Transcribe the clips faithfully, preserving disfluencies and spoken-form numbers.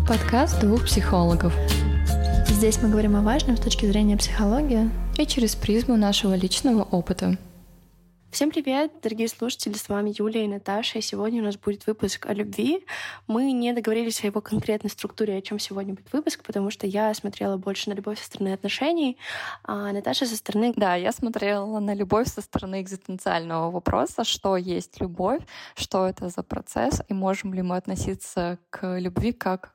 Подкаст двух психологов. Здесь мы говорим о важном с точки зрения психологии и через призму нашего личного опыта. Всем привет, дорогие слушатели, с вами Юлия и Наташа, и сегодня у нас будет выпуск о любви. Мы не договорились о его конкретной структуре, о чем сегодня будет выпуск, потому что я смотрела больше на любовь со стороны отношений, а Наташа со стороны... Да, я смотрела на любовь со стороны экзистенциального вопроса, что есть любовь, что это за процесс, и можем ли мы относиться к любви как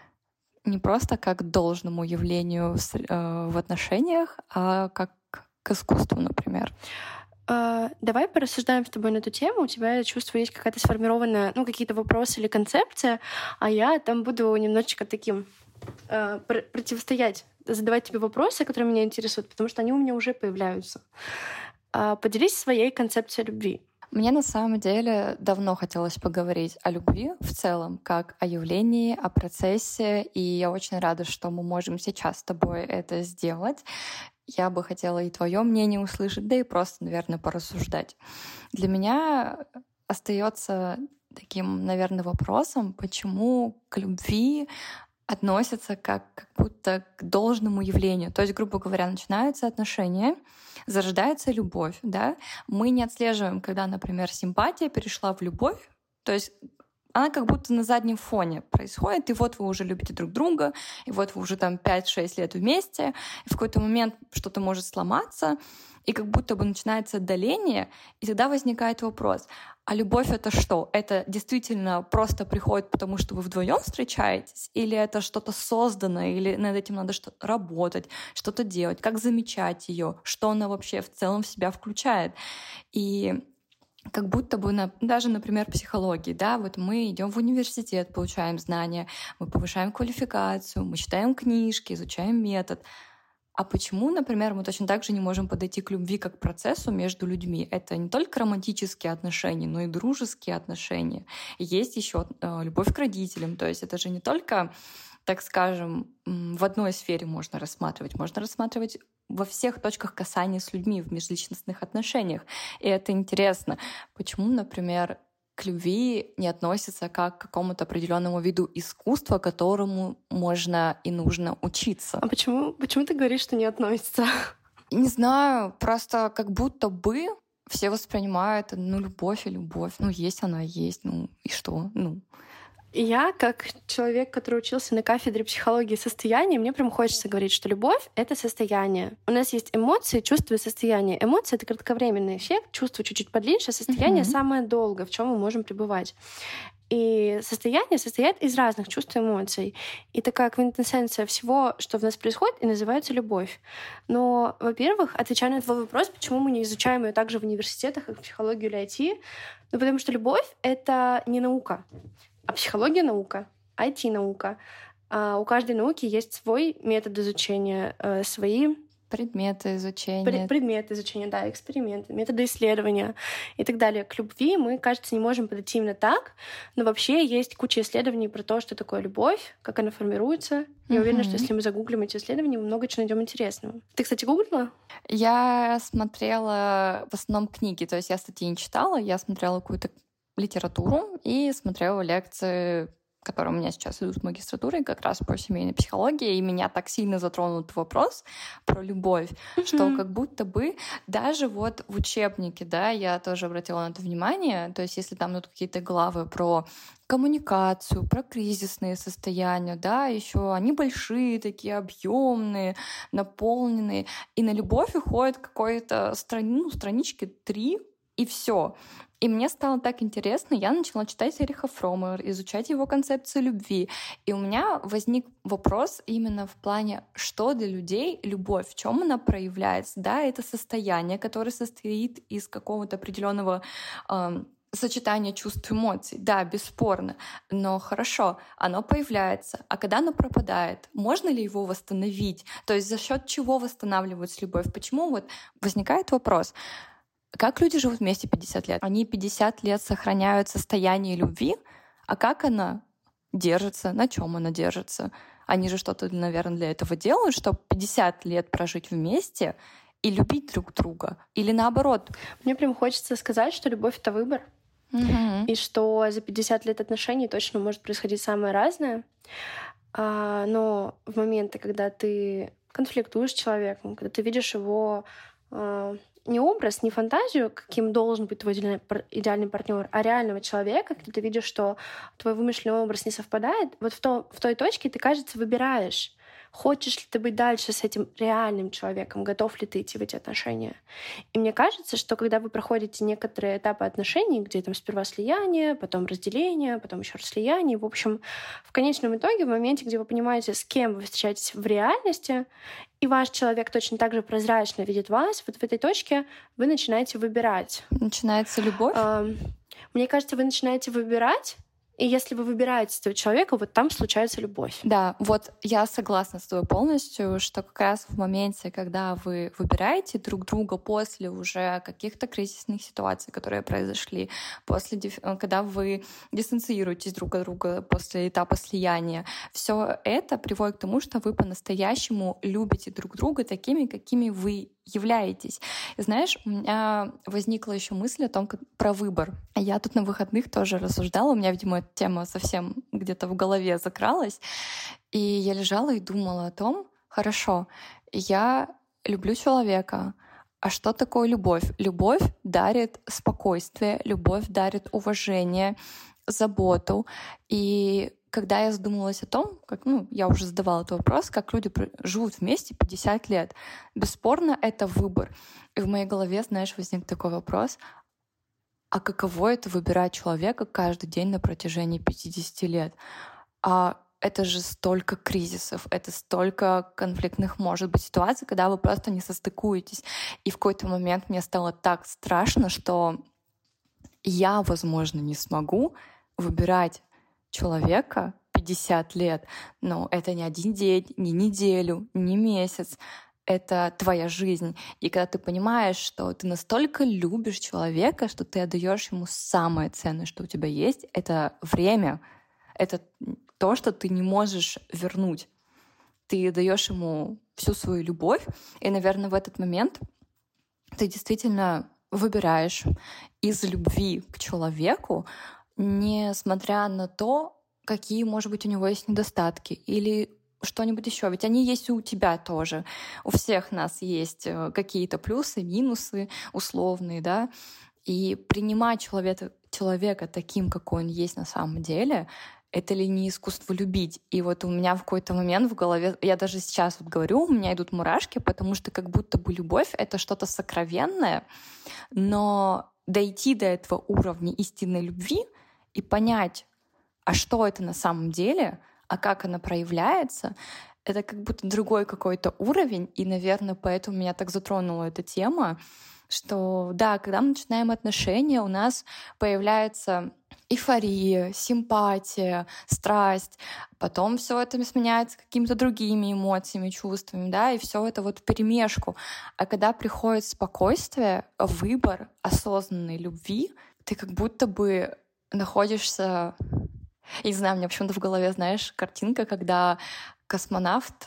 не просто как к должному явлению в отношениях, а как к искусству, например. Uh, давай порассуждаем с тобой на эту тему. У тебя, я чувствую, есть какая-то сформированная, ну, какие-то вопросы или концепция, а я там буду немножечко таким uh, пр- противостоять, задавать тебе вопросы, которые меня интересуют, потому что они у меня уже появляются. Uh, поделись своей концепцией любви. Мне на самом деле давно хотелось поговорить о любви в целом, как о явлении, о процессе, и я очень рада, что мы можем сейчас с тобой это сделать. Я бы хотела и твое мнение услышать, да и просто, наверное, порассуждать. Для меня остается таким, наверное, вопросом, почему к любви относятся как, как будто к должному явлению. То есть, грубо говоря, начинаются отношения, зарождается любовь, да? Мы не отслеживаем, когда, например, симпатия перешла в любовь, то есть она как будто на заднем фоне происходит, и вот вы уже любите друг друга, и вот вы уже там пять-шесть лет вместе, и в какой-то момент что-то может сломаться, и как будто бы начинается отдаление, и тогда возникает вопрос, а любовь — это что? Это действительно просто приходит, потому что вы вдвоем встречаетесь, или это что-то созданное, или над этим надо что-то работать, что-то делать, как замечать ее, что она вообще в целом в себя включает? И как будто бы на, даже, например, психологии, да, вот мы идем в университет, получаем знания, мы повышаем квалификацию, мы читаем книжки, изучаем метод. А почему, например, мы точно так же не можем подойти к любви как к процессу между людьми? Это не только романтические отношения, но и дружеские отношения. И есть еще э, любовь к родителям, то есть это же не только, так скажем, в одной сфере можно рассматривать, можно рассматривать во всех точках касания с людьми в межличностных отношениях. И это интересно. Почему, например, к любви не относятся как к какому-то определенному виду искусства, которому можно и нужно учиться? А почему, почему ты говоришь, что не относится? Не знаю, просто как будто бы все воспринимают, ну, любовь и любовь. Ну, есть она, есть, ну, и что? Ну, Я, как человек, который учился на кафедре психологии состояния, мне прям хочется говорить, что любовь — это состояние. У нас есть эмоции, чувства и состояние. Эмоции — это кратковременный эффект, чувство чуть-чуть подлиннее, состояние mm-hmm. самое долгое, в чем мы можем пребывать. И состояние состоит из разных чувств и эмоций. И такая квинтэссенция всего, что в нас происходит, и называется любовь. Но, во-первых, отвечая на твой вопрос, почему мы не изучаем ее также в университетах, как психологию или ай ти, ну, потому что любовь — это не наука. А психология — наука, ай ти — наука. А у каждой науки есть свой метод изучения, свои предметы изучения. Пред, предметы изучения, да, эксперименты, методы исследования и так далее. К любви мы, кажется, не можем подойти именно так, но вообще есть куча исследований про то, что такое любовь, как она формируется. Я уверена, mm-hmm. что если мы загуглим эти исследования, мы много чего найдем интересного. Ты, кстати, гуглила? Я смотрела в основном книги, то есть я статьи не читала, я смотрела какую-то литературу и смотрела лекции, которые у меня сейчас идут в магистратуре, как раз по семейной психологии, и меня так сильно затронул этот вопрос про любовь, mm-hmm. что как будто бы даже вот в учебнике, да, я тоже обратила на это внимание, то есть если там идут какие-то главы про коммуникацию, про кризисные состояния, да, еще они большие, такие объемные, наполненные, и на любовь уходит какой-то страни, ну, странички три, и все. И мне стало так интересно, я начала читать Эриха Фромма, изучать его концепцию любви. И у меня возник вопрос именно в плане, что для людей любовь, в чем она проявляется. Да, это состояние, которое состоит из какого-то определенного э, сочетания чувств и эмоций. Да, бесспорно. Но хорошо, оно появляется. А когда оно пропадает, можно ли его восстановить? То есть за счет чего восстанавливается любовь? Почему вот возникает вопрос? Как люди живут вместе пятьдесят лет? Они пятьдесят лет сохраняют состояние любви, а как она держится, на чем она держится? Они же что-то, наверное, для этого делают, чтобы пятьдесят лет прожить вместе и любить друг друга. Или наоборот. Мне прям хочется сказать, что любовь — это выбор. Угу. И что за пятьдесят лет отношений точно может происходить самое разное. А, но в моменты, когда ты конфликтуешь с человеком, когда ты видишь его а, не образ, не фантазию, каким должен быть твой идеальный, пар- идеальный партнер, а реального человека, когда ты видишь, что твой вымышленный образ не совпадает, вот в, то, в той точке ты, кажется, выбираешь, хочешь ли ты быть дальше с этим реальным человеком, готов ли ты идти в эти отношения. И мне кажется, что когда вы проходите некоторые этапы отношений, где там сперва слияние, потом разделение, потом еще раз слияние, в общем, в конечном итоге, в моменте, где вы понимаете, с кем вы встречаетесь в реальности, и ваш человек точно так же прозрачно видит вас, вот в этой точке вы начинаете выбирать. Начинается любовь? Эм, Мне кажется, вы начинаете выбирать, и если вы выбираете этого человека, вот там случается любовь. Да, вот я согласна с тобой полностью, что как раз в моменте, когда вы выбираете друг друга после уже каких-то кризисных ситуаций, которые произошли, после, когда вы дистанцируетесь друг от друга после этапа слияния, все это приводит к тому, что вы по-настоящему любите друг друга такими, какими вы являетесь. И знаешь, у меня возникла еще мысль о том, как про выбор. Я тут на выходных тоже рассуждала, у меня, видимо, эта тема совсем где-то в голове закралась, и я лежала и думала о том, хорошо, я люблю человека, а что такое любовь? Любовь дарит спокойствие, любовь дарит уважение, заботу. И когда я задумалась о том, как, ну, я уже задавала этот вопрос, как люди живут вместе пятьдесят лет, бесспорно, это выбор. И в моей голове, знаешь, возник такой вопрос, а каково это выбирать человека каждый день на протяжении пятидесяти лет? А это же столько кризисов, это столько конфликтных, может быть, ситуаций, когда вы просто не состыкуетесь. И в какой-то момент мне стало так страшно, что я, возможно, не смогу выбирать человека пятьдесят лет, но это не один день, не неделю, не месяц. Это твоя жизнь. И когда ты понимаешь, что ты настолько любишь человека, что ты отдаешь ему самое ценное, что у тебя есть, это время. Это то, что ты не можешь вернуть. Ты даешь ему всю свою любовь, и, наверное, в этот момент ты действительно выбираешь из любви к человеку, несмотря на то, какие, может быть, у него есть недостатки или что-нибудь еще. Ведь они есть и у тебя тоже. У всех нас есть какие-то плюсы, минусы условные, да. И принимать человека, человека таким, какой он есть на самом деле, это ли не искусство любить? И вот у меня в какой-то момент в голове, я даже сейчас вот говорю, у меня идут мурашки, потому что как будто бы любовь — это что-то сокровенное, но дойти до этого уровня истинной любви и понять, а что это на самом деле, а как она проявляется, это как будто другой какой-то уровень, и, наверное, поэтому меня так затронула эта тема, что, да, когда мы начинаем отношения, у нас появляется эйфория, симпатия, страсть, потом все это сменяется какими-то другими эмоциями, чувствами, да, и все это вот вперемешку. А когда приходит спокойствие, выбор осознанной любви, ты как будто бы находишься... Я не знаю, у меня почему-то в голове, знаешь, картинка, когда космонавт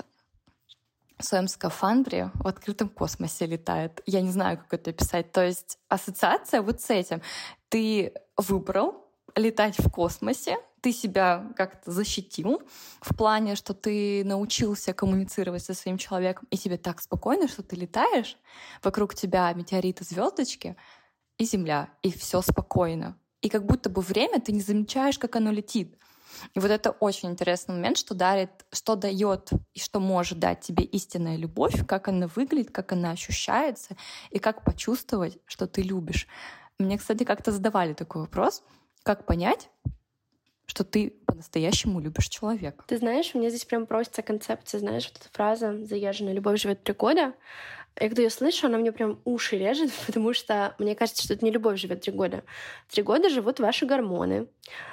в своем скафандре в открытом космосе летает. Я не знаю, как это описать. То есть ассоциация вот с этим. Ты выбрал летать в космосе, ты себя как-то защитил в плане, что ты научился коммуницировать со своим человеком, и тебе так спокойно, что ты летаешь, вокруг тебя метеориты, звездочки и Земля, и все спокойно. И как будто бы время ты не замечаешь, как оно летит. И вот это очень интересный момент, что дарит, что дает и что может дать тебе истинная любовь, как она выглядит, как она ощущается, и как почувствовать, что ты любишь. Мне, кстати, как-то задавали такой вопрос, как понять, что ты по-настоящему любишь человека. Ты знаешь, у меня здесь прям просится концепция, знаешь, вот эта фраза «заезженная любовь живет три года». Я когда ее слышу, она мне прям уши режет, потому что мне кажется, что это не любовь живет три года. Три года живут ваши гормоны,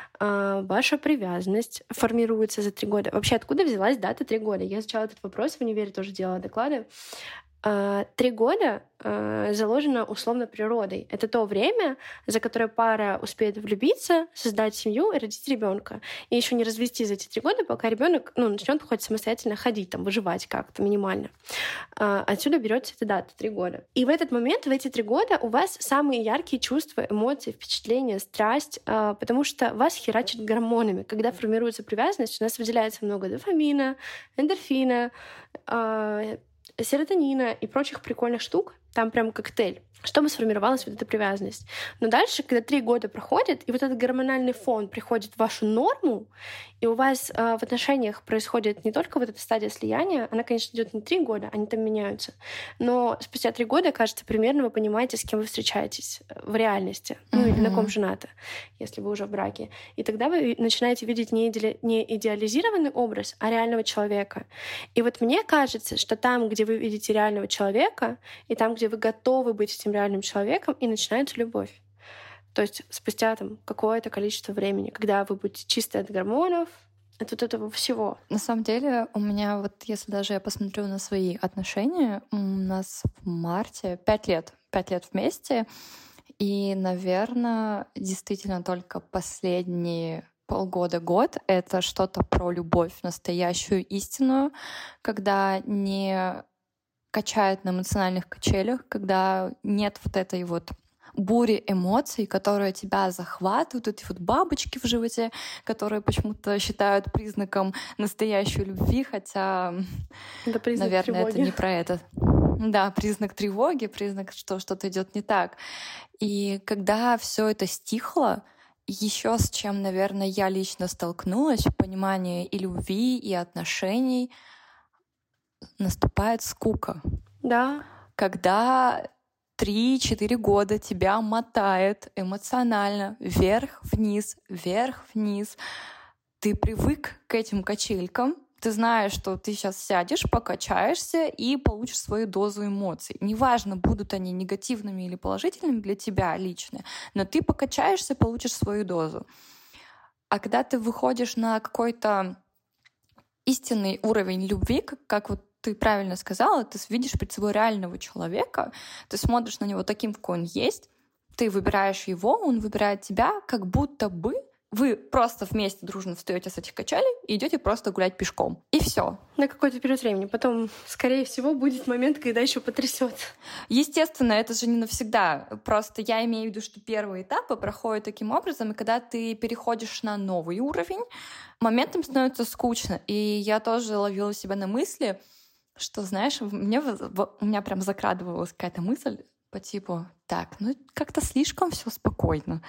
ваша привязанность формируется за три года. Вообще, откуда взялась дата три года? Я изучала этот вопрос в универе, тоже делала доклады. Три года заложено условно природой. Это то время, за которое пара успеет влюбиться, создать семью и родить ребенка. И еще не развести за эти три года, пока ребенок ну, начнет хоть самостоятельно ходить, там, выживать как-то минимально. Отсюда берется эта дата три года. И в этот момент, в эти три года, у вас самые яркие чувства, эмоции, впечатления, страсть, потому что вас херачит гормонами. Когда формируется привязанность, у нас выделяется много дофамина, эндорфина, серотонина и прочих прикольных штук, там прям коктейль, чтобы сформировалась вот эта привязанность. Но дальше, когда три года проходят, и вот этот гормональный фон приходит в вашу норму, и у вас э, в отношениях происходит не только вот эта стадия слияния, она, конечно, идет не три года, они там меняются, но спустя три года, кажется, примерно вы понимаете, с кем вы встречаетесь в реальности, mm-hmm. ну или на ком женаты, если вы уже в браке. И тогда вы начинаете видеть не, иде... не идеализированный образ, а реального человека. И вот мне кажется, что там, где вы видите реального человека, и там, где вы готовы быть этим реальным человеком, и начинается любовь. То есть спустя там какое-то количество времени, когда вы будете чисты от гормонов, от вот этого всего. На самом деле у меня вот, если даже я посмотрю на свои отношения, у нас в марте пять лет, пять лет вместе, и, наверное, действительно только последние полгода-год — это что-то про любовь, настоящую, истинную, когда не качает на эмоциональных качелях, когда нет вот этой вот бури эмоций, которые тебя захватывают, эти вот бабочки в животе, которые почему-то считают признаком настоящей любви, хотя, это признак наверное, тревоги. Это не про это. Да, признак тревоги, признак, что что-то идет не так. И когда все это стихло, еще с чем, наверное, я лично столкнулась в понимании и любви, и отношений, наступает скука. Да. Когда три-четыре года тебя мотает эмоционально вверх-вниз, вверх-вниз. Ты привык к этим качелькам, ты знаешь, что ты сейчас сядешь, покачаешься и получишь свою дозу эмоций. Неважно, будут они негативными или положительными для тебя лично, но ты покачаешься, получишь свою дозу. А когда ты выходишь на какой-то истинный уровень любви, как, как вот ты правильно сказала, ты видишь перед собой реального человека, ты смотришь на него таким, какой он есть, ты выбираешь его, он выбирает тебя, как будто бы вы просто вместе дружно встаете с этих качелей и идете просто гулять пешком. И все. На какой-то период времени. Потом, скорее всего, будет момент, когда еще потрясет. Естественно, это же не навсегда. Просто я имею в виду, что первые этапы проходят таким образом, и когда ты переходишь на новый уровень, моментом становится скучно. И я тоже ловила себя на мысли, что, знаешь, мне, у меня прям закрадывалась какая-то мысль по типу, так, ну как-то слишком все спокойно.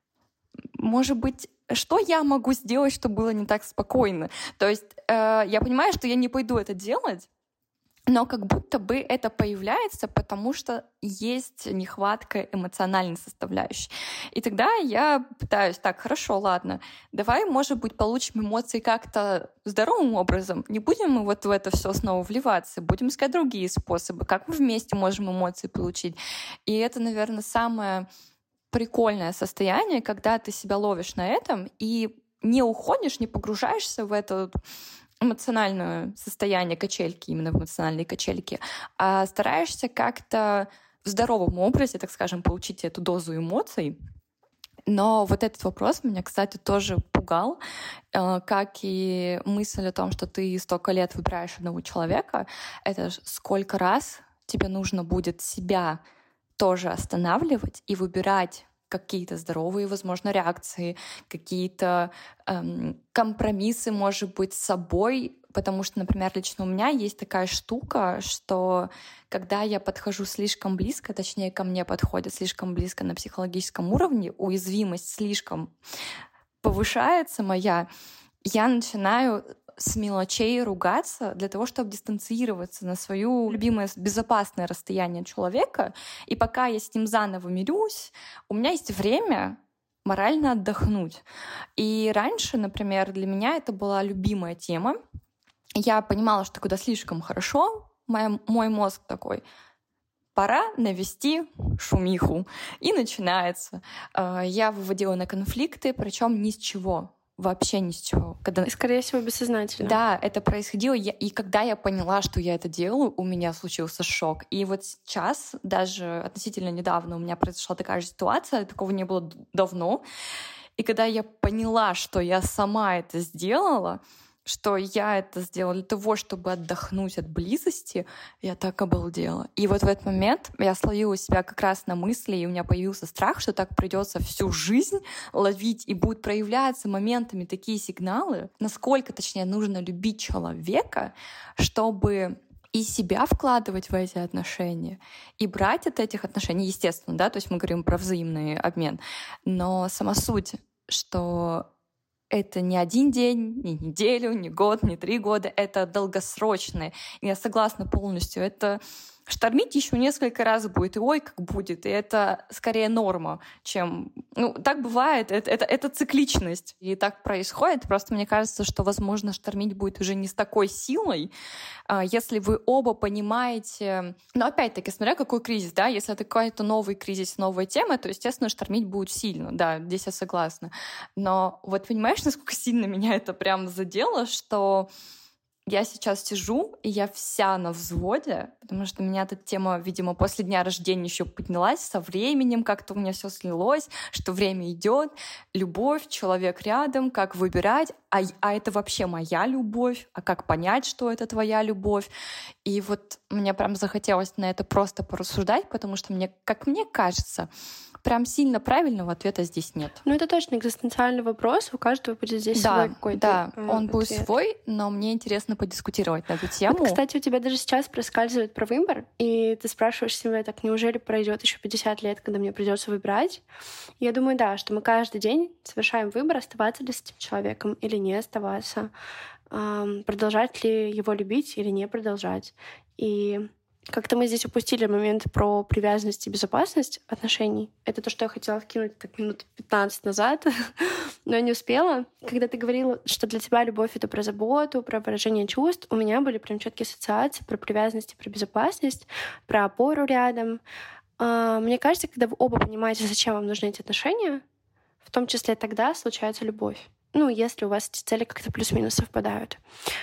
Может быть, что я могу сделать, чтобы было не так спокойно? То есть э, я понимаю, что я не пойду это делать, но как будто бы это появляется, потому что есть нехватка эмоциональной составляющей. И тогда я пытаюсь, так, хорошо, ладно, давай, может быть, получим эмоции как-то здоровым образом. Не будем мы вот в это все снова вливаться, будем искать другие способы, как мы вместе можем эмоции получить. И это, наверное, самое прикольное состояние, когда ты себя ловишь на этом и не уходишь, не погружаешься в это эмоциональное состояние качельки, именно в эмоциональные качельки, а стараешься как-то в здоровом образе, так скажем, получить эту дозу эмоций. Но вот этот вопрос меня, кстати, тоже пугал, как и мысль о том, что ты столько лет выбираешь одного человека. Это сколько раз тебе нужно будет себя тоже останавливать и выбирать какие-то здоровые, возможно, реакции, какие-то эм, компромиссы, может быть, с собой. Потому что, например, лично у меня есть такая штука, что когда я подхожу слишком близко, точнее, ко мне подходят слишком близко на психологическом уровне, уязвимость слишком повышается моя, я начинаю с мелочей ругаться для того, чтобы дистанцироваться на свое любимое безопасное расстояние от человека. И пока я с ним заново мирюсь, у меня есть время морально отдохнуть. И раньше, например, для меня это была любимая тема. Я понимала, что когда слишком хорошо, мой, мой мозг такой: пора навести шумиху. И начинается. Я выводила на конфликты, причем ни с чего. вообще ни с чего. Когда... И, скорее всего, бессознательно. Да, это происходило. Я... И когда я поняла, что я это делаю, у меня случился шок. И вот сейчас, даже относительно недавно, у меня произошла такая же ситуация, такого не было давно. И когда я поняла, что я сама это сделала, что я это сделала для того, чтобы отдохнуть от близости, я так обалдела. И вот в этот момент я словила себя как раз на мысли, и у меня появился страх, что так придется всю жизнь ловить, и будут проявляться моментами такие сигналы, насколько, точнее, нужно любить человека, чтобы и себя вкладывать в эти отношения, и брать от этих отношений, естественно, да, то есть мы говорим про взаимный обмен, но сама суть, что это не один день, не неделю, не год, не три года. Это долгосрочное. И я согласна полностью. Это штормить еще несколько раз будет. И ой, как будет. И это скорее норма, чем... Ну, так бывает. Это, это, это цикличность. И так происходит. Просто мне кажется, что, возможно, штормить будет уже не с такой силой, если вы оба понимаете... Но опять-таки, смотря какой кризис, да, если это какой-то новый кризис, новая тема, то, естественно, штормить будет сильно. Да, здесь я согласна. Но вот понимаешь, насколько сильно меня это прям задело, что... Я сейчас сижу, и я вся на взводе, потому что у меня эта тема, видимо, после дня рождения еще поднялась, со временем как-то у меня все слилось, что время идет, любовь, человек рядом, как выбирать, а, а это вообще моя любовь, а как понять, что это твоя любовь. И вот мне прям захотелось на это просто порассуждать, потому что мне, как мне кажется, прям сильно правильного ответа здесь нет. Ну, это точно экзистенциальный вопрос. У каждого будет здесь да, свой какой-то Да, э, он ответ. будет свой, но мне интересно подискутировать на эту тему. Вот, кстати, у тебя даже сейчас проскальзывает про выбор, и ты спрашиваешь себя, так неужели пройдет еще пятьдесят лет, когда мне придется выбирать? Я думаю, да, что мы каждый день совершаем выбор, оставаться ли с этим человеком или не оставаться, эм, продолжать ли его любить или не продолжать. И как-то мы здесь упустили момент про привязанность и безопасность отношений. Это то, что я хотела вкинуть так минут пятнадцать назад, но не успела. Когда ты говорила, что для тебя любовь — это про заботу, про выражение чувств, у меня были прям четкие ассоциации про привязанность и про безопасность, про опору рядом. Мне кажется, когда вы оба понимаете, зачем вам нужны эти отношения, в том числе тогда случается любовь. Ну, если у вас эти цели как-то плюс-минус совпадают.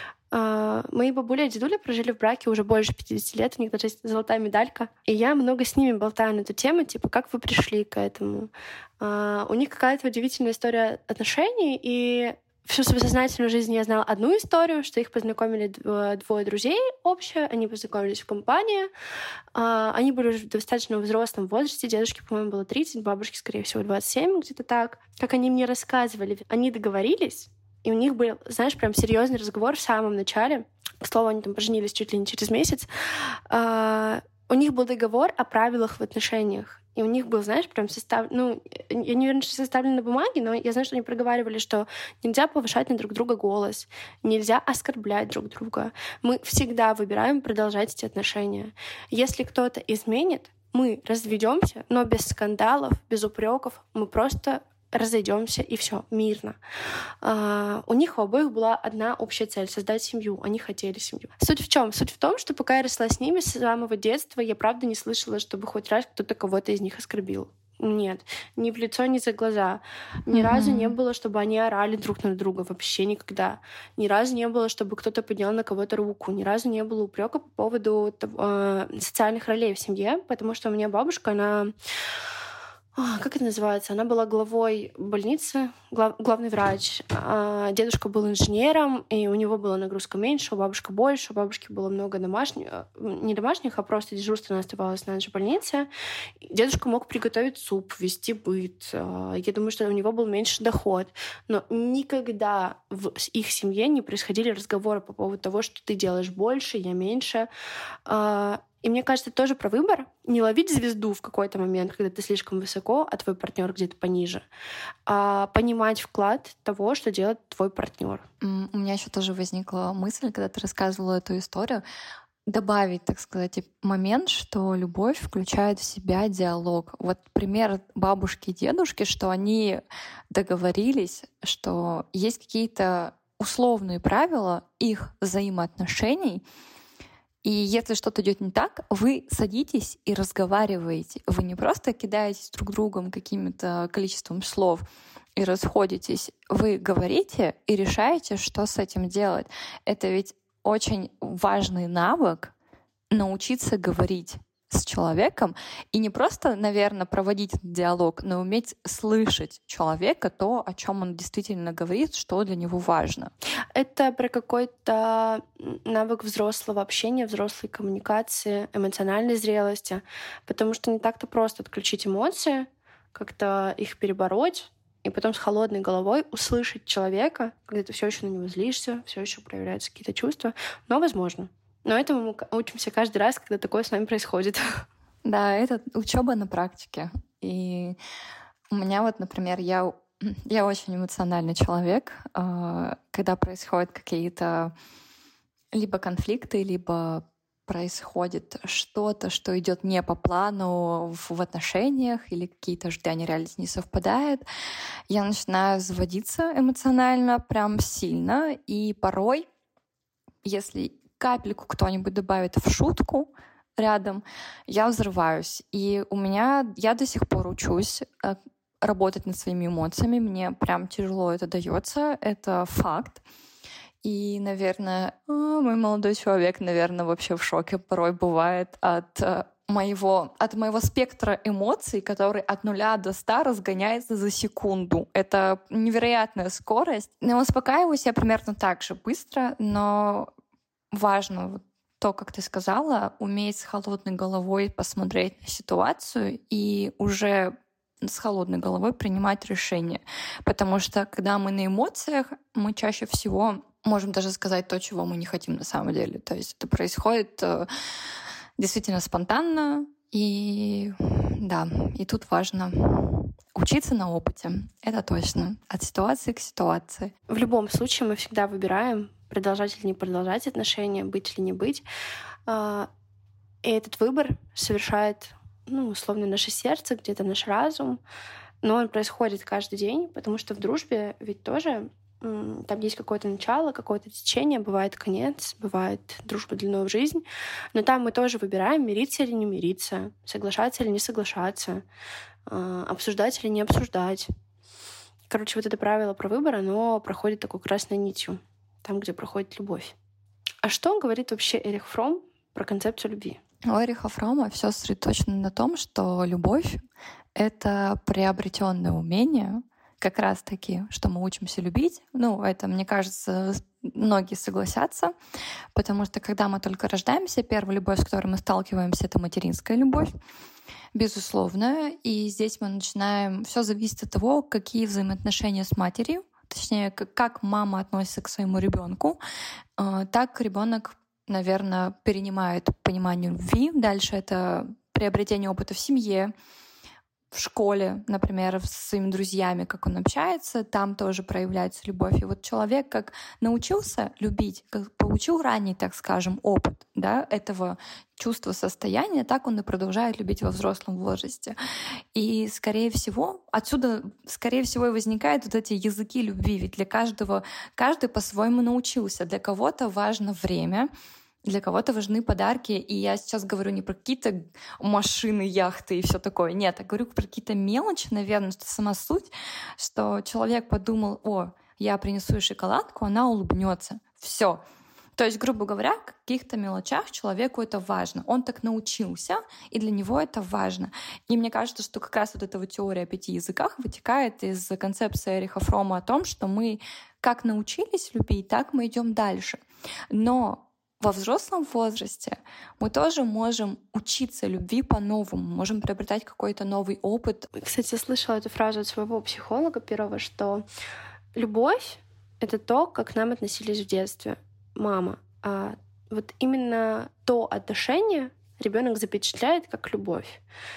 Мои бабуля и дедуля прожили в браке уже больше пятидесяти лет, у них даже есть золотая медалька. И я много с ними болтаю на эту тему, типа, как вы пришли к этому. У них какая-то удивительная история отношений, и всю свою сознательную жизнь я знала одну историю, что их познакомили двое друзей общие, они познакомились в компании, они были уже в достаточно взрослом возрасте, дедушке, по-моему, было тридцать, бабушке, скорее всего, двадцать семь, где-то так. Как они мне рассказывали, они договорились, и у них был, знаешь, прям серьезный разговор в самом начале. К слову, они там поженились чуть ли не через месяц. А, у них был договор о правилах в отношениях. И у них был, знаешь, прям состав... Ну, я не уверена, что составлен на бумаге, но я знаю, что они проговаривали, что нельзя повышать на друг друга голос, нельзя оскорблять друг друга. Мы всегда выбираем продолжать эти отношения. Если кто-то изменит, мы разведемся, но без скандалов, без упреков. Мы просто разойдемся, и все, мирно. А, у них у обоих была одна общая цель — создать семью. Они хотели семью. Суть в чем? Суть в том, что пока я росла с ними с самого детства, я правда не слышала, чтобы хоть раз кто-то кого-то из них оскорбил. Нет, ни в лицо, ни за глаза. Ни mm-hmm. разу не было, чтобы они орали друг на друга. Вообще никогда. Ни разу не было, чтобы кто-то поднял на кого-то руку. Ни разу не было упрека по поводу э, социальных ролей в семье, потому что у меня бабушка, она... Как это называется? Она была главой больницы, глав, главный врач. А дедушка был инженером, и у него была нагрузка меньше, у бабушки больше, у бабушки было много домашних, не домашних, а просто дежурство, она оставалась на ночь в больнице. Дедушка мог приготовить суп, вести быт. Я думаю, что у него был меньше доход. Но никогда в их семье не происходили разговоры по поводу того, что ты делаешь больше, я меньше. И мне кажется, это тоже про выбор. Не ловить звезду в какой-то момент, когда ты слишком высоко, а твой партнер где-то пониже, а понимать вклад того, что делает твой партнер. У меня еще тоже возникла мысль, когда ты рассказывала эту историю, добавить, так сказать, момент, что любовь включает в себя диалог. Вот пример бабушки и дедушки, что они договорились, что есть какие-то условные правила их взаимоотношений, и если что-то идет не так, вы садитесь и разговариваете. Вы не просто кидаетесь друг другом каким-то количеством слов, и расходитесь, вы говорите и решаете, что с этим делать. Это ведь очень важный навык — научиться говорить с человеком и не просто, наверное, проводить диалог, но уметь слышать человека, то, о чем он действительно говорит, что для него важно. Это про какой-то навык взрослого общения, взрослой коммуникации, эмоциональной зрелости, потому что не так-то просто отключить эмоции, как-то их перебороть, и потом с холодной головой услышать человека, когда ты все еще на него злишься, все еще проявляются какие-то чувства, но возможно. Но этому мы учимся каждый раз, когда такое с нами происходит. Да, это учеба на практике. И у меня вот, например, я, я очень эмоциональный человек. Когда происходят какие-то либо конфликты, либо происходит что-то, что идет не по плану в отношениях, или какие-то ожидания реальности не совпадают, я начинаю заводиться эмоционально прям сильно. И порой, если капельку кто-нибудь добавит в шутку рядом, я взрываюсь. И у меня, я до сих пор учусь работать над своими эмоциями. Мне прям тяжело это дается, это факт. И, наверное, мой молодой человек, наверное, вообще в шоке порой бывает от моего, от моего спектра эмоций, который от нуля до ста разгоняется за секунду. Это невероятная скорость. Но успокаиваюсь я примерно так же быстро, но важно вот то, как ты сказала, уметь с холодной головой посмотреть на ситуацию и уже с холодной головой принимать решения. Потому что когда мы на эмоциях, мы чаще всего можем даже сказать то, чего мы не хотим на самом деле. То есть это происходит действительно спонтанно. И да, и тут важно учиться на опыте. Это точно. От ситуации к ситуации. В любом случае мы всегда выбираем, продолжать или не продолжать отношения, быть или не быть. И этот выбор совершает, ну, условно, наше сердце, где-то наш разум. Но он происходит каждый день, потому что в дружбе ведь тоже там есть какое-то начало, какое-то течение, бывает конец, бывает дружба длиной в жизнь. Но там мы тоже выбираем, мириться или не мириться, соглашаться или не соглашаться, обсуждать или не обсуждать. Короче, вот это правило про выбор, оно проходит такой красной нитью, там, где проходит любовь. А что говорит вообще Эрих Фромм про концепцию любви? У Эриха Фромма все сосредоточено на том, что любовь — это приобретенное умение, как раз-таки, что мы учимся любить. Ну, это, мне кажется, многие согласятся, потому что когда мы только рождаемся, первая любовь, с которой мы сталкиваемся, — это материнская любовь, безусловно. И здесь мы начинаем... Все зависит от того, какие взаимоотношения с матерью, точнее, как мама относится к своему ребенку, так ребенок, наверное, перенимает понимание любви. Дальше это приобретение опыта в семье, в школе, например, со своими друзьями, как он общается, там тоже проявляется любовь. И вот человек как научился любить, как получил ранний, так скажем, опыт, да, этого чувства, состояния, так он и продолжает любить во взрослом возрасте. И, скорее всего, отсюда, скорее всего, и возникают вот эти языки любви. Ведь для каждого, каждый по-своему научился. Для кого-то важно время, для кого-то важны подарки, и я сейчас говорю не про какие-то машины, яхты и все такое. Нет, я говорю про какие-то мелочи, наверное, что сама суть, что человек подумал: о, я принесу ей шоколадку, она улыбнется. Все. То есть, грубо говоря, в каких-то мелочах человеку это важно. Он так научился, и для него это важно. И мне кажется, что как раз вот эта вот теория о пяти языках вытекает из концепции Эриха Фромма о том, что мы как научились любить, так мы идем дальше. Но во взрослом возрасте мы тоже можем учиться любви по-новому, можем приобретать какой-то новый опыт. Кстати, я слышала эту фразу от своего психолога первого, что любовь — это то, как к нам относились в детстве. Мама. А вот именно то отношение ребенок запечатляет как любовь.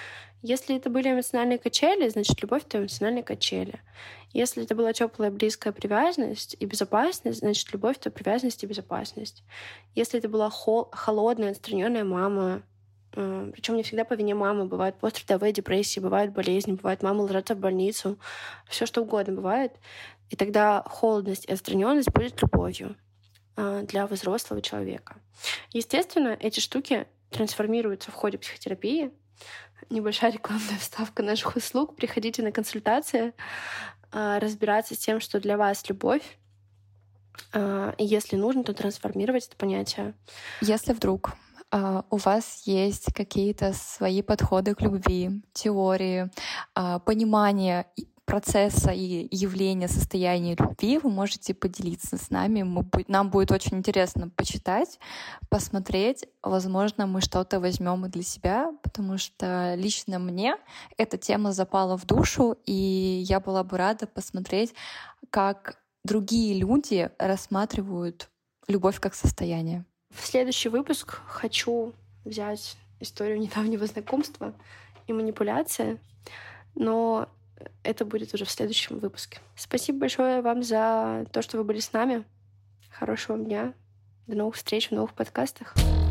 Если это были эмоциональные качели, значит, любовь — это эмоциональные качели. Если это была теплая, близкая привязанность и безопасность, значит, любовь — это привязанность и безопасность. Если это была хол- холодная, отстраненная мама, э, причем не всегда по вине мамы, бывают пострадовые депрессии, бывают болезни, бывает мама ложится в больницу, все что угодно бывает, и тогда холодность и отстраненность будет любовью э, для взрослого человека. Естественно, эти штуки трансформируются в ходе психотерапии. Небольшая рекламная вставка наших услуг. Приходите на консультации. а, разбираться с тем, что для вас любовь, а, и если нужно, то трансформировать это понятие. Если вдруг Uh, у вас есть какие-то свои подходы к любви, теории, uh, понимание процесса и явления состояния любви, вы можете поделиться с нами. Мы, нам будет очень интересно почитать, посмотреть. Возможно, мы что-то возьмем и для себя, потому что лично мне эта тема запала в душу, и я была бы рада посмотреть, как другие люди рассматривают любовь как состояние. В следующий выпуск хочу взять историю недавнего знакомства и манипуляции, но это будет уже в следующем выпуске. Спасибо большое вам за то, что вы были с нами. Хорошего вам дня. До новых встреч в новых подкастах.